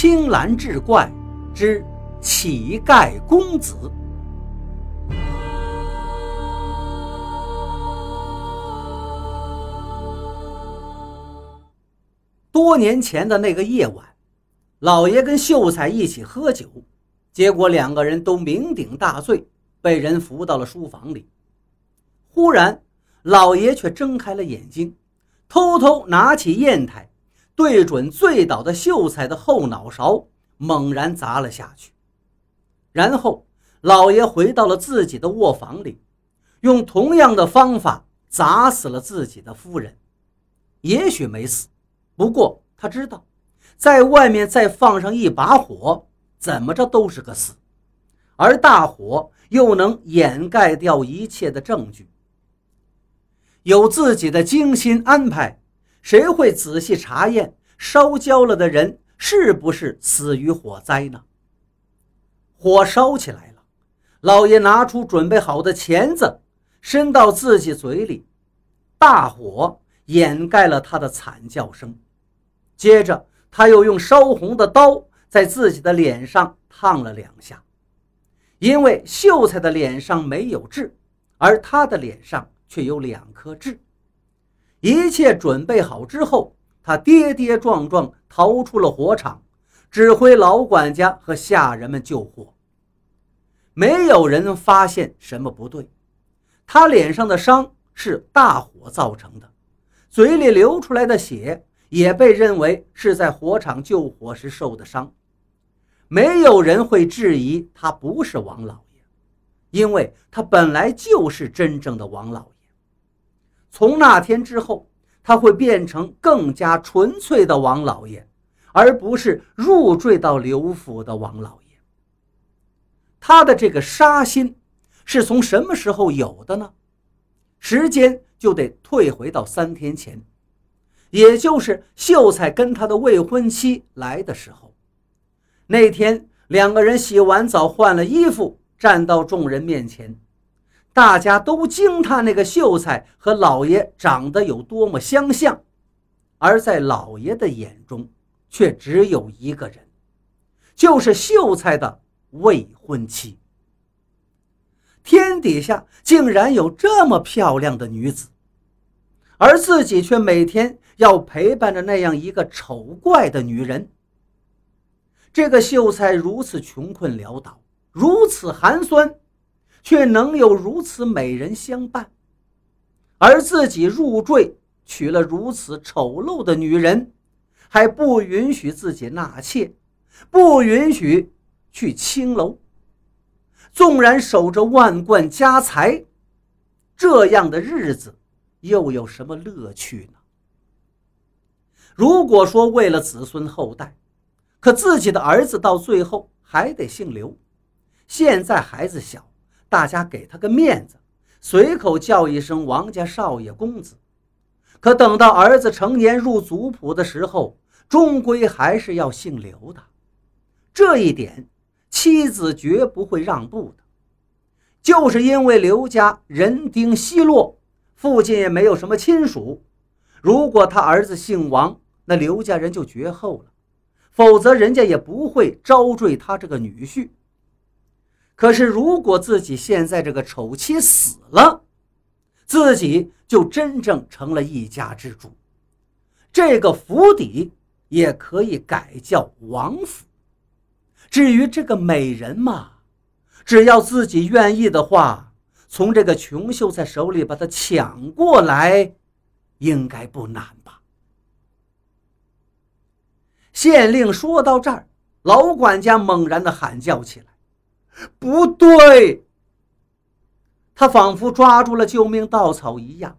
青蓝志怪之乞丐公子。多年前的那个夜晚，老爷跟秀才一起喝酒，结果两个人都酩酊大醉，被人扶到了书房里。忽然老爷却睁开了眼睛，偷偷拿起砚台，对准醉倒的秀才的后脑勺猛然砸了下去。然后老爷回到了自己的卧房里，用同样的方法砸死了自己的夫人。也许没死，不过他知道在外面再放上一把火，怎么着都是个死，而大火又能掩盖掉一切的证据。有自己的精心安排，谁会仔细查验烧焦了的人是不是死于火灾呢？火烧起来了，老爷拿出准备好的钳子，伸到自己嘴里，大火掩盖了他的惨叫声。接着他又用烧红的刀在自己的脸上烫了2下。因为秀才的脸上没有痣，而他的脸上却有2颗痣。一切准备好之后，他跌跌撞撞逃出了火场，指挥老管家和下人们救火。没有人发现什么不对，他脸上的伤是大火造成的，嘴里流出来的血也被认为是在火场救火时受的伤。没有人会质疑他不是王老爷，因为他本来就是真正的王老爷。从那天之后，他会变成更加纯粹的王老爷，而不是入赘到刘府的王老爷。他的这个杀心是从什么时候有的呢？时间就得退回到3天前，也就是秀才跟他的未婚妻来的时候。那天2个人洗完澡换了衣服，站到众人面前，大家都惊叹那个秀才和老爷长得有多么相像，而在老爷的眼中却只有一个人，就是秀才的未婚妻。天底下竟然有这么漂亮的女子，而自己却每天要陪伴着那样一个丑怪的女人。这个秀才如此穷困潦倒，如此寒酸，却能有如此美人相伴，而自己入赘娶了如此丑陋的女人，还不允许自己纳妾，不允许去青楼，纵然守着万贯家财，这样的日子又有什么乐趣呢？如果说为了子孙后代，可自己的儿子到最后还得姓刘。现在孩子小，大家给他个面子，随口叫一声王家少爷公子。可等到儿子成年入族谱的时候，终归还是要姓刘的。这一点妻子绝不会让步的。就是因为刘家人丁稀落，父亲也没有什么亲属，如果他儿子姓王，那刘家人就绝后了，否则人家也不会招赘他这个女婿。可是如果自己现在这个丑妻死了，自己就真正成了一家之主，这个府邸也可以改叫王府。至于这个美人嘛，只要自己愿意的话，从这个穷秀才手里把她抢过来，应该不难吧。县令说到这儿，老管家猛然地喊叫起来：不对！他仿佛抓住了救命稻草一样。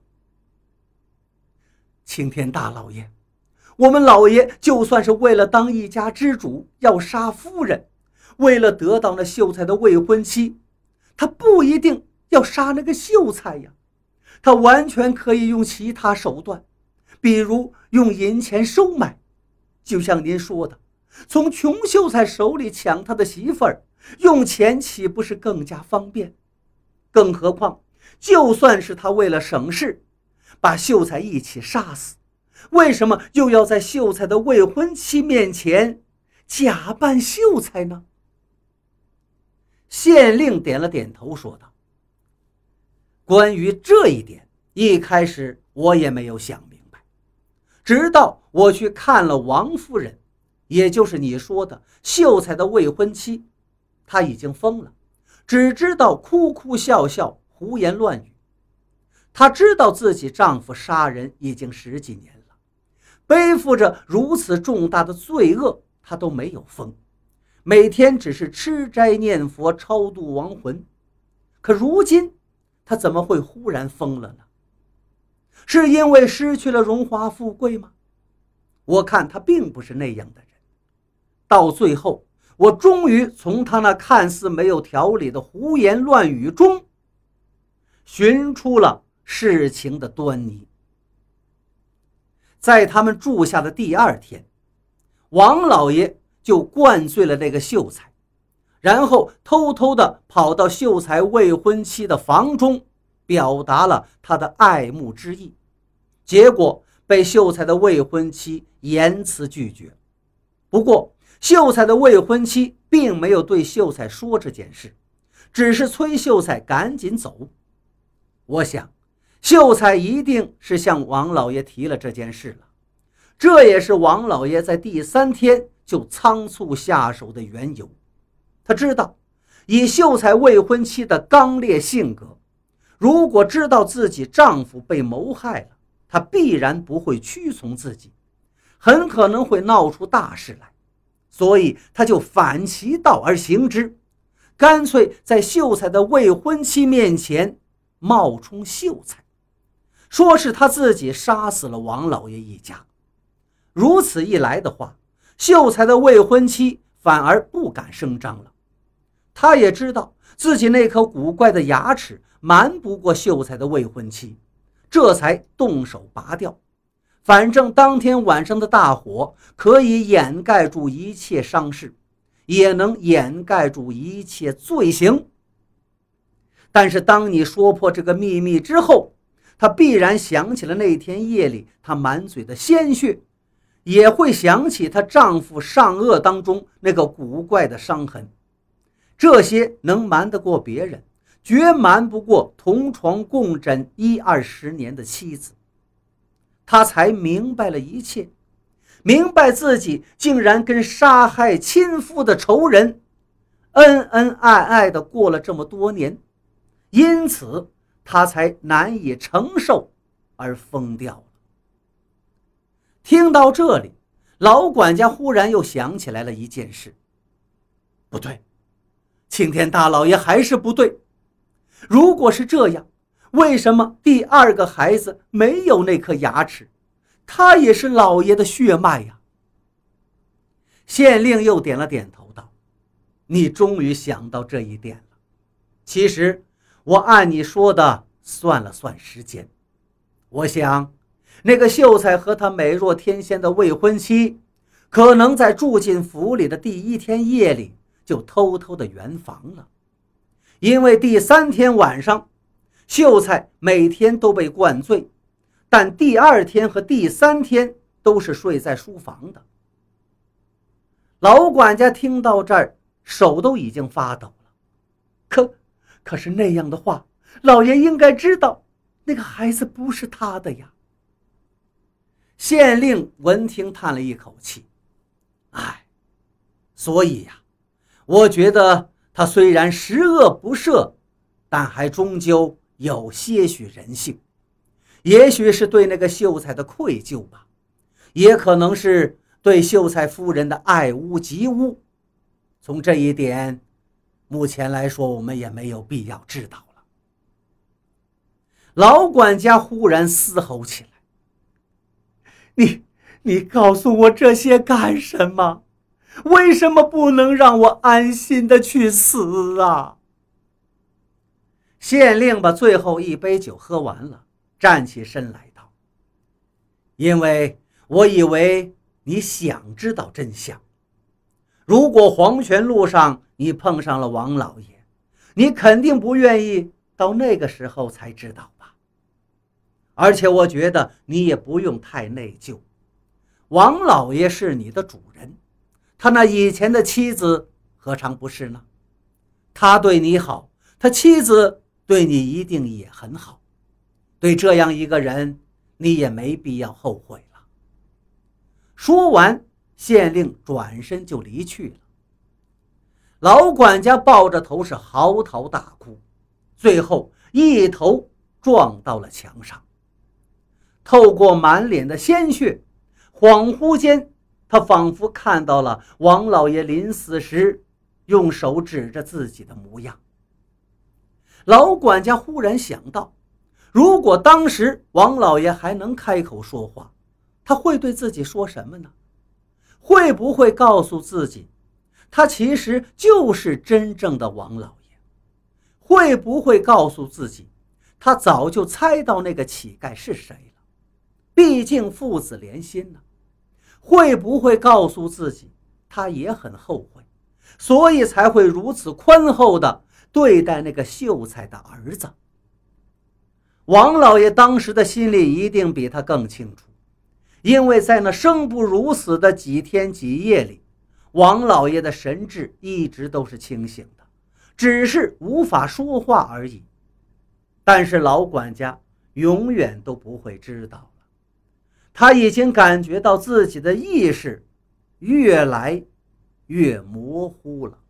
青天大老爷，我们老爷就算是为了当一家之主要杀夫人，为了得到那秀才的未婚妻，他不一定要杀那个秀才呀，他完全可以用其他手段，比如用银钱收买。就像您说的，从穷秀才手里抢他的媳妇儿，用钱岂不是更加方便？更何况就算是他为了省事把秀才一起杀死，为什么又要在秀才的未婚妻面前假扮秀才呢？县令点了点头，说道：关于这一点，一开始我也没有想明白，直到我去看了王夫人，也就是你说的秀才的未婚妻，她已经疯了，只知道哭哭笑笑，胡言乱语。她知道自己丈夫杀人已经10几年了，背负着如此重大的罪恶，她都没有疯，每天只是吃斋念佛，超度亡魂。可如今她怎么会忽然疯了呢？是因为失去了荣华富贵吗？我看她并不是那样的人。到最后，我终于从她那看似没有条理的胡言乱语中寻出了事情的端倪。在他们住下的第2天，王老爷就灌醉了那个秀才，然后偷偷地跑到秀才未婚妻的房中，表达了他的爱慕之意，结果被秀才的未婚妻严词拒绝。不过秀才的未婚妻并没有对秀才说这件事，只是催秀才赶紧走。我想秀才一定是向王老爷提了这件事了，这也是王老爷在第3天就仓促下手的缘由。他知道以秀才未婚妻的刚烈性格，如果知道自己丈夫被谋害了，她必然不会屈从自己，很可能会闹出大事来，所以他就反其道而行之，干脆在秀才的未婚妻面前冒充秀才，说是他自己杀死了王老爷一家。如此一来的话，秀才的未婚妻反而不敢声张了。他也知道自己那颗古怪的牙齿瞒不过秀才的未婚妻，这才动手拔掉。反正当天晚上的大火可以掩盖住一切伤势，也能掩盖住一切罪行。但是当你说破这个秘密之后，他必然想起了那天夜里他满嘴的鲜血，也会想起她丈夫上颚当中那个古怪的伤痕。这些能瞒得过别人，绝瞒不过同床共枕10-20年的妻子。他才明白了一切，明白自己竟然跟杀害亲夫的仇人恩恩爱爱的过了这么多年，因此他才难以承受而疯掉了。听到这里，老管家忽然又想起来了一件事。不对，青天大老爷还是不对。如果是这样，为什么第2个孩子没有那颗牙齿？他也是老爷的血脉呀。县令又点了点头道：你终于想到这一点了。其实我按你说的算了算时间，我想那个秀才和他美若天仙的未婚妻，可能在住进府里的第1天夜里就偷偷的圆房了。因为第3天晚上，秀才每天都被灌醉，但第2天和第3天都是睡在书房的。老管家听到这儿，手都已经发抖了。可是那样的话，老爷应该知道那个孩子不是他的呀。县令闻听叹了一口气，所以呀，我觉得他虽然十恶不赦，但还终究有些许人性。也许是对那个秀才的愧疚吧，也可能是对秀才夫人的爱屋及乌。从这一点，目前来说我们也没有必要知道了。老管家忽然嘶吼起来：你告诉我这些干什么？为什么不能让我安心的去死啊？县令把最后一杯酒喝完了，站起身来道：因为我以为你想知道真相。如果黄泉路上你碰上了王老爷，你肯定不愿意到那个时候才知道吧。而且我觉得你也不用太内疚，王老爷是你的主人， 他那以前的妻子何尝不是呢？他对你好，他妻子对你一定也很好。对这样一个人，你也没必要后悔了。说完，县令转身就离去了。老管家抱着头是嚎啕大哭，最后一头撞到了墙上。透过满脸的鲜血，恍惚间他仿佛看到了王老爷临死时用手指着自己的模样。老管家忽然想到，如果当时王老爷还能开口说话，他会对自己说什么呢？会不会告诉自己，他其实就是真正的王老爷？会不会告诉自己，他早就猜到那个乞丐是谁了？毕竟父子连心呢。会不会告诉自己，他也很后悔，所以才会如此宽厚地对待那个秀才的儿子？王老爷当时的心里一定比他更清楚，因为在那生不如死的几天几夜里，王老爷的神智一直都是清醒的，只是无法说话而已。但是老管家永远都不会知道了，他已经感觉到自己的意识越来越模糊了。